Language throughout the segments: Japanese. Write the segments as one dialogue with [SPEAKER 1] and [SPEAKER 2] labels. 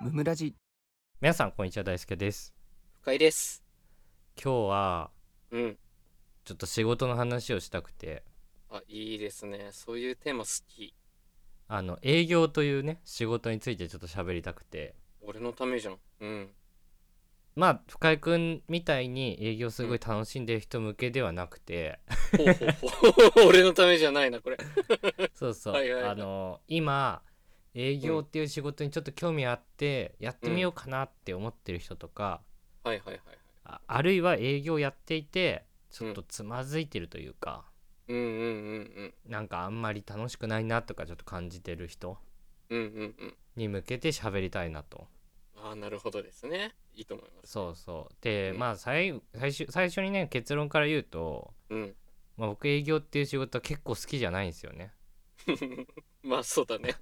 [SPEAKER 1] ムムラジ。
[SPEAKER 2] 皆さんこんにちは、大輔です。
[SPEAKER 3] 深井です。
[SPEAKER 2] 今日は
[SPEAKER 3] うん。
[SPEAKER 2] ちょっと仕事の話をしたくて、
[SPEAKER 3] いいですね。そういうテーマ好き。
[SPEAKER 2] 営業というね仕事についてちょっと喋りたくて、
[SPEAKER 3] 俺のためじゃん。うん。
[SPEAKER 2] まあ深井くんみたいに営業す
[SPEAKER 3] うん。
[SPEAKER 2] ごい楽しんでる人向けではなくて
[SPEAKER 3] ほうほうほう。俺のためじゃないな、これ。
[SPEAKER 2] そうそう、
[SPEAKER 3] はいはいはい。
[SPEAKER 2] 今営
[SPEAKER 3] うん。
[SPEAKER 2] 業っていう仕事にちょっと興味あってやってみよ
[SPEAKER 3] うん。
[SPEAKER 2] うかなって思ってる人とか、
[SPEAKER 3] はいはいはいはい。
[SPEAKER 2] あるいは営業やっていてちょ
[SPEAKER 3] うん。
[SPEAKER 2] っとつまずいてるというか、
[SPEAKER 3] うんうんうん
[SPEAKER 2] なんかあんまり楽しくないなとかちょっと感じてる人
[SPEAKER 3] うん。うんうんうん。
[SPEAKER 2] に向けて喋りたいなと。
[SPEAKER 3] なるほどですね。いいと思いますね。
[SPEAKER 2] そうそうで、
[SPEAKER 3] うん。
[SPEAKER 2] まあ最初にね結論から言うと、
[SPEAKER 3] うん。
[SPEAKER 2] 僕営業っていう仕事は結構好きじゃないんですよね。
[SPEAKER 3] まあそうだね。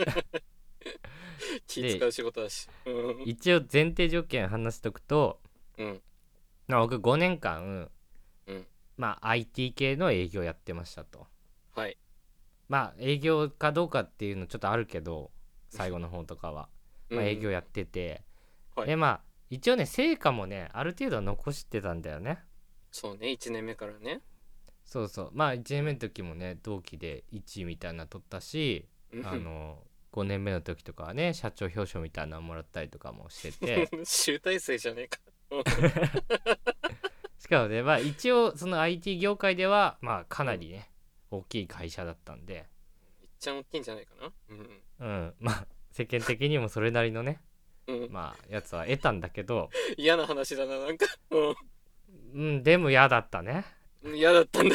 [SPEAKER 3] 気使
[SPEAKER 2] で
[SPEAKER 3] う仕事だし。うん。
[SPEAKER 2] 一応前提条件話しとくと、
[SPEAKER 3] うん。
[SPEAKER 2] 僕5年間、
[SPEAKER 3] うん。
[SPEAKER 2] IT 系の営業やってましたと。
[SPEAKER 3] はい。
[SPEAKER 2] 営業かどうかっていうのちょっとあるけど最後の方とかは、
[SPEAKER 3] うんうんうん。
[SPEAKER 2] 営業やってて、
[SPEAKER 3] はい。
[SPEAKER 2] で一応ね成果もねある程度は残してたんだよね。
[SPEAKER 3] そうね。1年目からね。
[SPEAKER 2] そうそう、1年目の時もね同期で1位みたいなの取ったし、
[SPEAKER 3] うん。
[SPEAKER 2] 5年目の時とかはね社長表彰みたいなのもらったりとかもしてて
[SPEAKER 3] 集大成じゃねえか。うん。
[SPEAKER 2] しかもね一応その IT 業界ではか
[SPEAKER 3] うん。
[SPEAKER 2] なりね大きい会社だったんで、
[SPEAKER 3] いっちゃん大きいんじゃないかな。うん。
[SPEAKER 2] 世間的にもそれなりのね
[SPEAKER 3] うん。
[SPEAKER 2] やつは得たんだけど、
[SPEAKER 3] 嫌な話だな、なんか。
[SPEAKER 2] でも嫌だったね。
[SPEAKER 3] うん。嫌だったんだ。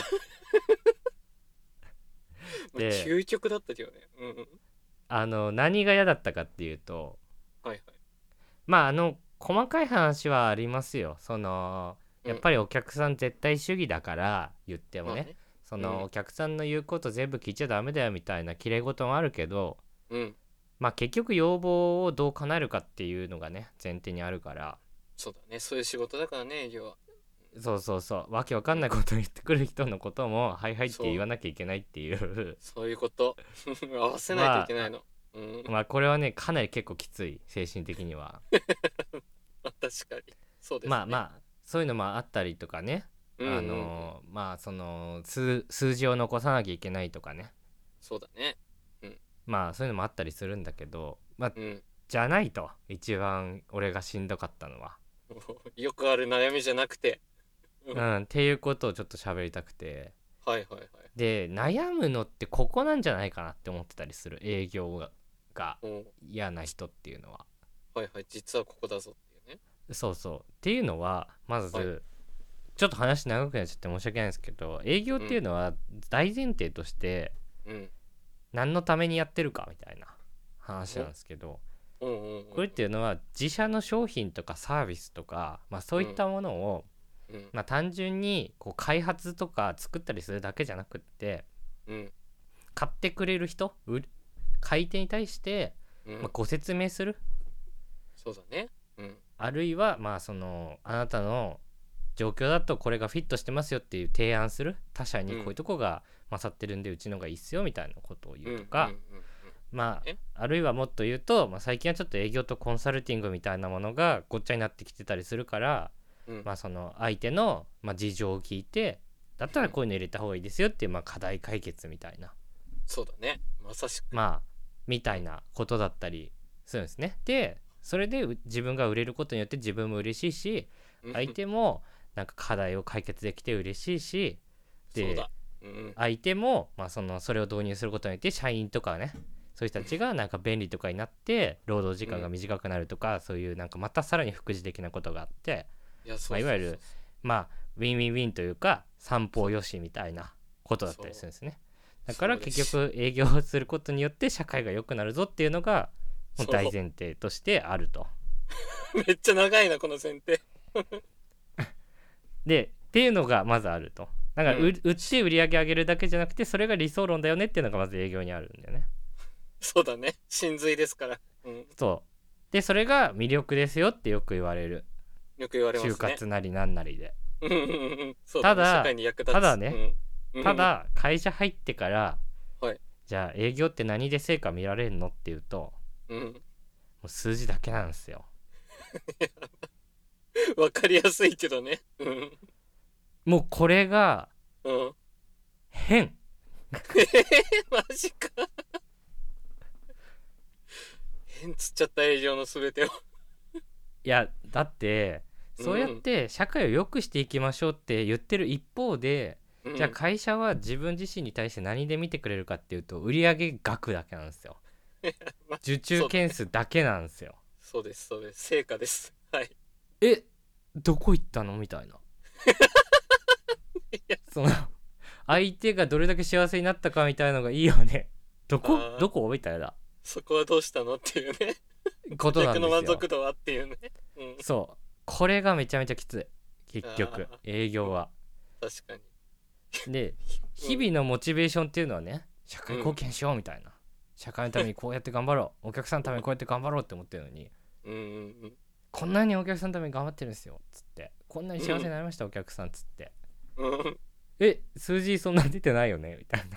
[SPEAKER 3] まあ、
[SPEAKER 2] で
[SPEAKER 3] 究極だったけどね。うんうん。
[SPEAKER 2] 何が嫌だったかっていうと、
[SPEAKER 3] はいはい。
[SPEAKER 2] 細かい話はありますよ。やっ
[SPEAKER 3] うん。
[SPEAKER 2] ぱりお客さん絶対主義だから言ってもね、
[SPEAKER 3] まあね。うん。
[SPEAKER 2] お客さんの言うこと全部聞いちゃダメだよみたいな綺麗事もあるけど、
[SPEAKER 3] うん。
[SPEAKER 2] 結局要望をどう叶えるかっていうのがね前提にあるから、
[SPEAKER 3] そうだね。そういう仕事だからね、営業は。
[SPEAKER 2] そうそうそう、わけわか
[SPEAKER 3] うん。
[SPEAKER 2] んないこと言ってくる人のこともはいはいって
[SPEAKER 3] そう。
[SPEAKER 2] 言わなきゃいけないっていう
[SPEAKER 3] そういうこと。合わせないとい
[SPEAKER 2] は
[SPEAKER 3] けないの。うん。
[SPEAKER 2] これはねかなり結構きつい、精神的には。
[SPEAKER 3] まあ、確かに。そうですね。
[SPEAKER 2] そういうのもあったりとかね、
[SPEAKER 3] うんうんうん。
[SPEAKER 2] その数字を残さなきゃいけないとかね、
[SPEAKER 3] そうだね。うん。
[SPEAKER 2] そういうのもあったりするんだけど、
[SPEAKER 3] うん。
[SPEAKER 2] じゃないと、一番俺がしんどかったのは。
[SPEAKER 3] よくある悩みじゃなくて。うん。
[SPEAKER 2] っていうことをちょっと喋りたくて、
[SPEAKER 3] はいはいはい。
[SPEAKER 2] で悩むのってここなんじゃないかなって思ってたりする、営業が
[SPEAKER 3] うん。
[SPEAKER 2] 嫌な人っていうのは。
[SPEAKER 3] はいはい。実はここだぞっていうね。
[SPEAKER 2] そうそうっていうのはま
[SPEAKER 3] はい。
[SPEAKER 2] ず、ちょっと話長くなっちゃって申し訳ないんですけど、営業っ
[SPEAKER 3] うん。
[SPEAKER 2] ていうのは大前提として
[SPEAKER 3] うん。
[SPEAKER 2] 何のためにやってるかみたいな話なん
[SPEAKER 3] お。
[SPEAKER 2] ですけど、
[SPEAKER 3] うんうんうん
[SPEAKER 2] これっていうのは自社の商品とかサービスとか、そう
[SPEAKER 3] うん。うん。
[SPEAKER 2] いったものを、
[SPEAKER 3] うん。
[SPEAKER 2] 単純にこう開発とか作ったりするだけじゃなくって、
[SPEAKER 3] うん。
[SPEAKER 2] 買ってくれる人、買い手に対して、
[SPEAKER 3] うん。
[SPEAKER 2] ご説明する、
[SPEAKER 3] そうだね。うん。
[SPEAKER 2] あるいはあなたの状況だとこれがフィットしてますよっていう提案する、他社にこういう
[SPEAKER 3] うん。
[SPEAKER 2] とこが勝ってるんでうちのがいいっすよみたいなことを
[SPEAKER 3] うん。うん。
[SPEAKER 2] 言うとか、
[SPEAKER 3] うん。そうね。
[SPEAKER 2] あるいはもっと言うと、最近はちょっと営業とコンサルティングみたいなものがごっちゃになってきてたりするから、
[SPEAKER 3] うん。
[SPEAKER 2] その相手の、事情を聞いて、だった
[SPEAKER 3] うん。
[SPEAKER 2] らこういうの入れた方がいいですよっていう、課題解決みたいな、
[SPEAKER 3] そうだね。まさしく。
[SPEAKER 2] まあみ
[SPEAKER 3] うん。
[SPEAKER 2] たいなことだったりするんですね。でそれで自分が売れることによって自分も嬉しいし、
[SPEAKER 3] うん。
[SPEAKER 2] 相手もなんか課題を解決できて嬉しいし、で
[SPEAKER 3] そうだ。うん。
[SPEAKER 2] 相手も、それを導入することによって社員とかね、そういう人たちがなんか便利とかになって労働時間が
[SPEAKER 3] うん。
[SPEAKER 2] 短くなるとか、そういうなんかまたさらに副次的なことがあって、
[SPEAKER 3] いや、そう
[SPEAKER 2] いわゆる
[SPEAKER 3] そうそうそう。
[SPEAKER 2] ウィンウィンウィンというか三
[SPEAKER 3] そう。
[SPEAKER 2] 方よしみたいなことだったりす
[SPEAKER 3] そう。
[SPEAKER 2] るんですね。だから結
[SPEAKER 3] そうです。
[SPEAKER 2] 局営業をすることによって社会が良くなるぞっていうのが
[SPEAKER 3] そう。
[SPEAKER 2] 大前提としてあると。
[SPEAKER 3] めっちゃ長いな、この前提。
[SPEAKER 2] っていうのがまずあると。だから
[SPEAKER 3] うん。
[SPEAKER 2] 売って売り上げ上げるだけじゃなくて、それが理想論だよねっていうのがまず営業にあるんだよね。
[SPEAKER 3] そうだね。真髄ですから。うん。
[SPEAKER 2] そうでそれが魅力ですよってよく言われる、
[SPEAKER 3] よく言われま
[SPEAKER 2] 就
[SPEAKER 3] すね。
[SPEAKER 2] 活なりなんなりで。
[SPEAKER 3] うんうんうんうん。そうだね。社
[SPEAKER 2] ただ
[SPEAKER 3] 会に役立つ。う
[SPEAKER 2] ただね
[SPEAKER 3] ん。うん。
[SPEAKER 2] ただ会社入ってから、
[SPEAKER 3] はい。
[SPEAKER 2] じゃあ営業って何で成果見られるのっていうと、
[SPEAKER 3] うん。
[SPEAKER 2] う数字だけなんですよ。
[SPEAKER 3] わかりやすいけどね。うん。
[SPEAKER 2] もうこれが
[SPEAKER 3] うん。
[SPEAKER 2] 変。
[SPEAKER 3] マジか。変つっちゃった営業のすべてを。
[SPEAKER 2] いやだってそうやって社会を良くしていきましょうって言ってる一方で、
[SPEAKER 3] うん。
[SPEAKER 2] じゃあ会社は自分自身に対して何で見てくれるかっていうと売上額だけなんですよ。
[SPEAKER 3] まあ、
[SPEAKER 2] 受注件数だけなんですよ。
[SPEAKER 3] そうです、そうです。成果です。はい。
[SPEAKER 2] え、どこ行ったのみたいな。
[SPEAKER 3] いや、
[SPEAKER 2] その相手がどれだけ幸せになったかみたいなのがいいよね。ど
[SPEAKER 3] あ
[SPEAKER 2] こみたいな
[SPEAKER 3] そこはどうしたのっていうね。
[SPEAKER 2] ことな
[SPEAKER 3] 顧客の
[SPEAKER 2] んですよ。
[SPEAKER 3] 満足度はっていうね。うん。
[SPEAKER 2] そう、これがめちゃめちゃきつい結局
[SPEAKER 3] あ
[SPEAKER 2] 営業は。
[SPEAKER 3] 確かに。
[SPEAKER 2] で日々のモチベーションっていうのはね、社会貢献しようみたいな、社会のためにこうやって頑張ろう、お客さんのためにこうやって頑張ろうって思ってるのに、
[SPEAKER 3] うんうん
[SPEAKER 2] こんなにお客さんのために頑張ってるんですよつって、こんなに幸せになりました、お客さんつって、
[SPEAKER 3] うん。うん。
[SPEAKER 2] 数字そんな出てないよねみたいな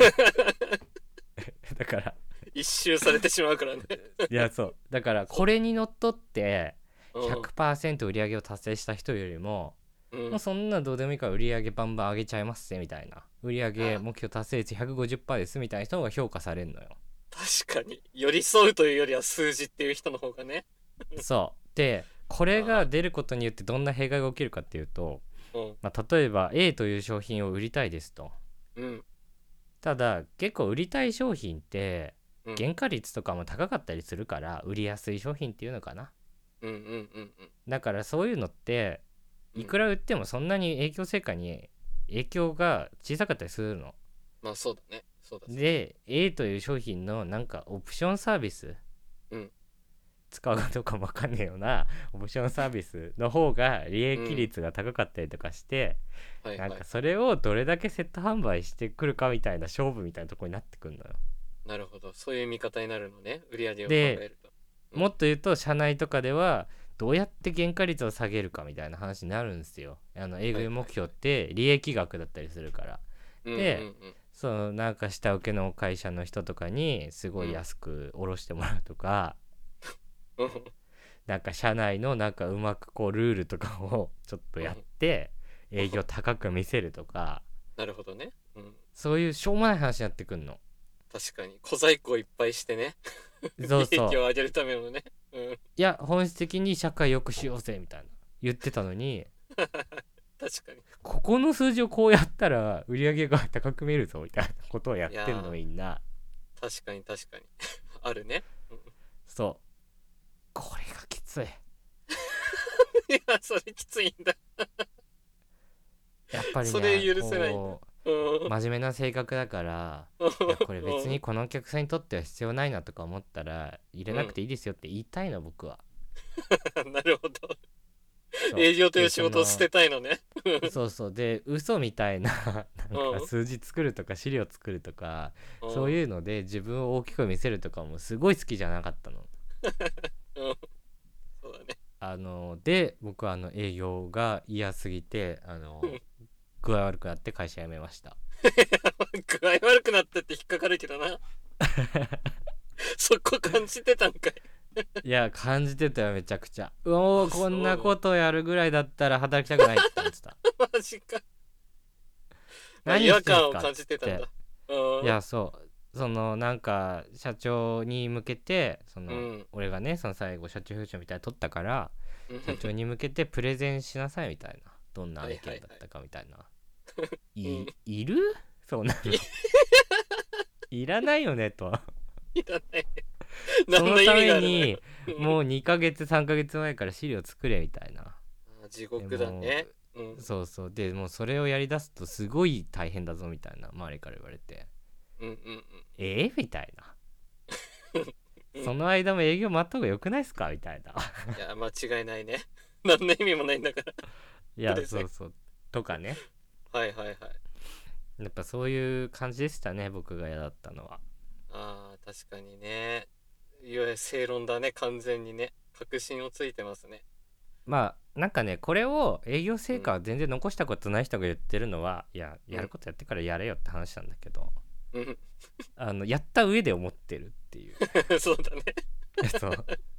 [SPEAKER 2] だから
[SPEAKER 3] 一周されてしまうからね。
[SPEAKER 2] いやそうだからこれにのっとって
[SPEAKER 3] うん。
[SPEAKER 2] 100% 売り上げを達成した人よりも、
[SPEAKER 3] うん
[SPEAKER 2] もうそんなどうでもいいから売り上げバンバン上げちゃいますぜみたいな、売り上げ目標達成率 150% ですみたいな人が評価されるのよ。
[SPEAKER 3] 確かに。寄り添うというよりは数字っていう人の方がね。
[SPEAKER 2] そうでこれが出ることによってどんな弊害が起きるかっていうと、
[SPEAKER 3] うん。
[SPEAKER 2] 例えば A という商品を売りたいですと。
[SPEAKER 3] うん。
[SPEAKER 2] ただ結構売りたい商品って
[SPEAKER 3] うん。
[SPEAKER 2] 原価率とかも高かったりするから売りやすい商品っていうのかな。
[SPEAKER 3] うんうんうん
[SPEAKER 2] だからそういうのって
[SPEAKER 3] うん。
[SPEAKER 2] いくら売ってもそんなに営業成果に影響が小さかったりするの
[SPEAKER 3] まあそうだね。そうだ。
[SPEAKER 2] で A という商品のなんかオプションサービス、
[SPEAKER 3] うん
[SPEAKER 2] 使うかどうかも分かんねえようなオプションサービスの方が利益率が高かったりとかして、
[SPEAKER 3] はいはい。
[SPEAKER 2] なんかそれをどれだけセット販売してくるかみたいな勝負みたいなところになってくるのよ。
[SPEAKER 3] なるほど。そういう見方になるのね。売り上げを考
[SPEAKER 2] で
[SPEAKER 3] えると。
[SPEAKER 2] もっと言うと社内とかではどうやって原価率を下げるかみたいな話になるんですよ。営業目標って利益額だったりするから。で、そのなんか下請けの会社の人とかにすごい安く下ろしてもらうとか、なんか社内のなんかうまくこうルールとかをちょっとやって営業高く見せるとか、
[SPEAKER 3] なるほどね。うん。
[SPEAKER 2] そういうしょうもない話になってくんの。
[SPEAKER 3] 確かに。小細工をいっぱいしてね。
[SPEAKER 2] そう
[SPEAKER 3] 利益を
[SPEAKER 2] そう、
[SPEAKER 3] 上げるためのね。うん。
[SPEAKER 2] いや本質的に社会良くしようぜみたいな言ってたのに、
[SPEAKER 3] 確かに。
[SPEAKER 2] ここの数字をこうやったら売り上げが高く見えるぞみたいなことをやってんのみんな。
[SPEAKER 3] 確かに確かに。あるね。うん、
[SPEAKER 2] そうこれがきつい。
[SPEAKER 3] いや、それきついんだ。
[SPEAKER 2] やっぱりね
[SPEAKER 3] それ許せないんだ。
[SPEAKER 2] こ
[SPEAKER 3] うん。
[SPEAKER 2] う真面目な性格だからいやこれ別にこのお客さんにとっては必要ないなとか思ったら入れなくていいですよって言いたいの僕は。
[SPEAKER 3] なるほど。
[SPEAKER 2] そう
[SPEAKER 3] 営業という仕
[SPEAKER 2] で
[SPEAKER 3] 事を捨てたいのね。
[SPEAKER 2] そうそうで嘘みたいななんか
[SPEAKER 3] うん
[SPEAKER 2] 数字作るとか資料作るとか、
[SPEAKER 3] うん
[SPEAKER 2] そういうので自分を大きく見せるとかもすごい好きじゃなかったの。
[SPEAKER 3] うん。そうだね。
[SPEAKER 2] で僕は営業が嫌すぎて具合悪くなって会社辞めました。
[SPEAKER 3] 具合悪くなったって引っかかるけどな。そこ感じてたんかい。
[SPEAKER 2] いや感じてたよめちゃくちゃ。おおこんなことやるぐらいだったら働きたくないって思ってた。
[SPEAKER 3] マジか。
[SPEAKER 2] 何
[SPEAKER 3] 違和
[SPEAKER 2] してんすか
[SPEAKER 3] 感を感じてたんだ。うん。
[SPEAKER 2] いやそうなんか社長に向けて
[SPEAKER 3] うん
[SPEAKER 2] 俺がねその最後社長表彰みたいなの取ったから
[SPEAKER 3] うん
[SPEAKER 2] 社長に向けてプレゼンしなさいみたいな、どんな案件だったかみたいな、いるそうなのいらないよねとはい
[SPEAKER 3] らない。
[SPEAKER 2] そのために
[SPEAKER 3] うん
[SPEAKER 2] もう2ヶ月3ヶ月前から資料作れみたいな。
[SPEAKER 3] 地獄だね。うん。
[SPEAKER 2] そうそうでもうそれをやりだすとすごい大変だぞみたいな周りから言われて、
[SPEAKER 3] うんうん
[SPEAKER 2] みたいな
[SPEAKER 3] うん。
[SPEAKER 2] その間も営業待った方がよくないっすかみたいな
[SPEAKER 3] いや、間違いないね。何の意味もないんだから。
[SPEAKER 2] いや
[SPEAKER 3] プレゼン
[SPEAKER 2] そうそうとかね、
[SPEAKER 3] はいはいはい。
[SPEAKER 2] やっぱそういう感じでしたね僕が嫌だったのは。
[SPEAKER 3] ああ、確かにね。いわゆる正論だね、完全にね。確信をついてますね。
[SPEAKER 2] まあなんかねこれを営業成果は全然残したことない人が言ってるのは、いややることやってからやれよって話なんだけど、
[SPEAKER 3] うん。
[SPEAKER 2] やった上で思ってるっていう
[SPEAKER 3] そうだね。
[SPEAKER 2] そう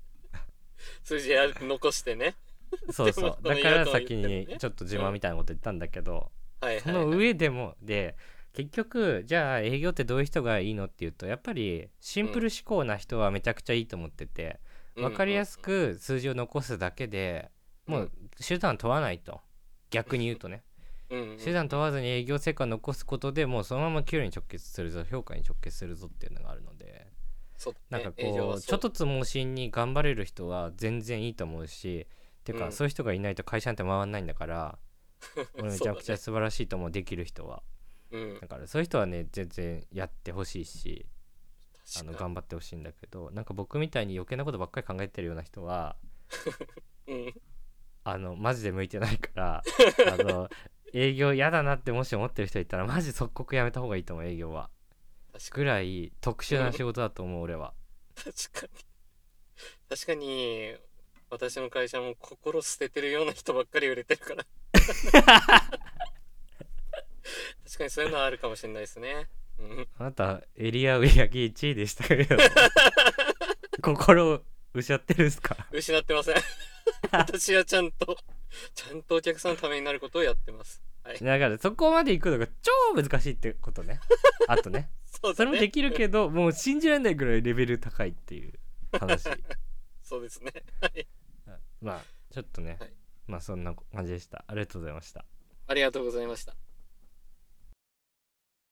[SPEAKER 3] 数字残してね。
[SPEAKER 2] そうそう。だから先にちょっと自慢みたいなこと言ったんだけど、その上でもで結局じゃあ営業ってどういう人がいいのっていうと、やっぱりシンプル思考な人はめちゃくちゃいいと思ってて、分かりやすく数字を残すだけでもう手段問わないと、逆に言うとね、手段問わずに営業成果を残すことでもうそのまま給料に直結するぞ、評価に直結するぞっていうのがあるので、なんかこうちょっとつ盲信に頑張れる人は全然いいと思うし、てかそういう人がいないと会社なんて回んないんだから俺めちゃくちゃ素晴らしいと思う、できる人は。だからそういう人はね全然やってほしいし、頑張ってほしいんだけど、なんか僕みたいに余計なことばっかり考えてるような人はマジで向いてないから営業嫌だなってもし思ってる人いたらマジ即刻やめた方がいいと思う。営業はぐらい特殊な仕事だと思う俺は。
[SPEAKER 3] 確かに私の会社も心捨ててるような人ばっかり売れてるから確かにそういうのはあるかもしれないですね。
[SPEAKER 2] あなたエリア売上1位でしたけど心を失ってるんすか？
[SPEAKER 3] 失ってません私はちゃんとお客さんのためになることをやってます、はい、
[SPEAKER 2] だからそこまで行くのが超難しいってことね。あとねそれもできるけどもう信じられないぐらいレベル高いっていう話
[SPEAKER 3] そうですね、はい、
[SPEAKER 2] まあちょっとね、はい、まあそんな感じでした。ありがとうございました。
[SPEAKER 3] ありがとうございました。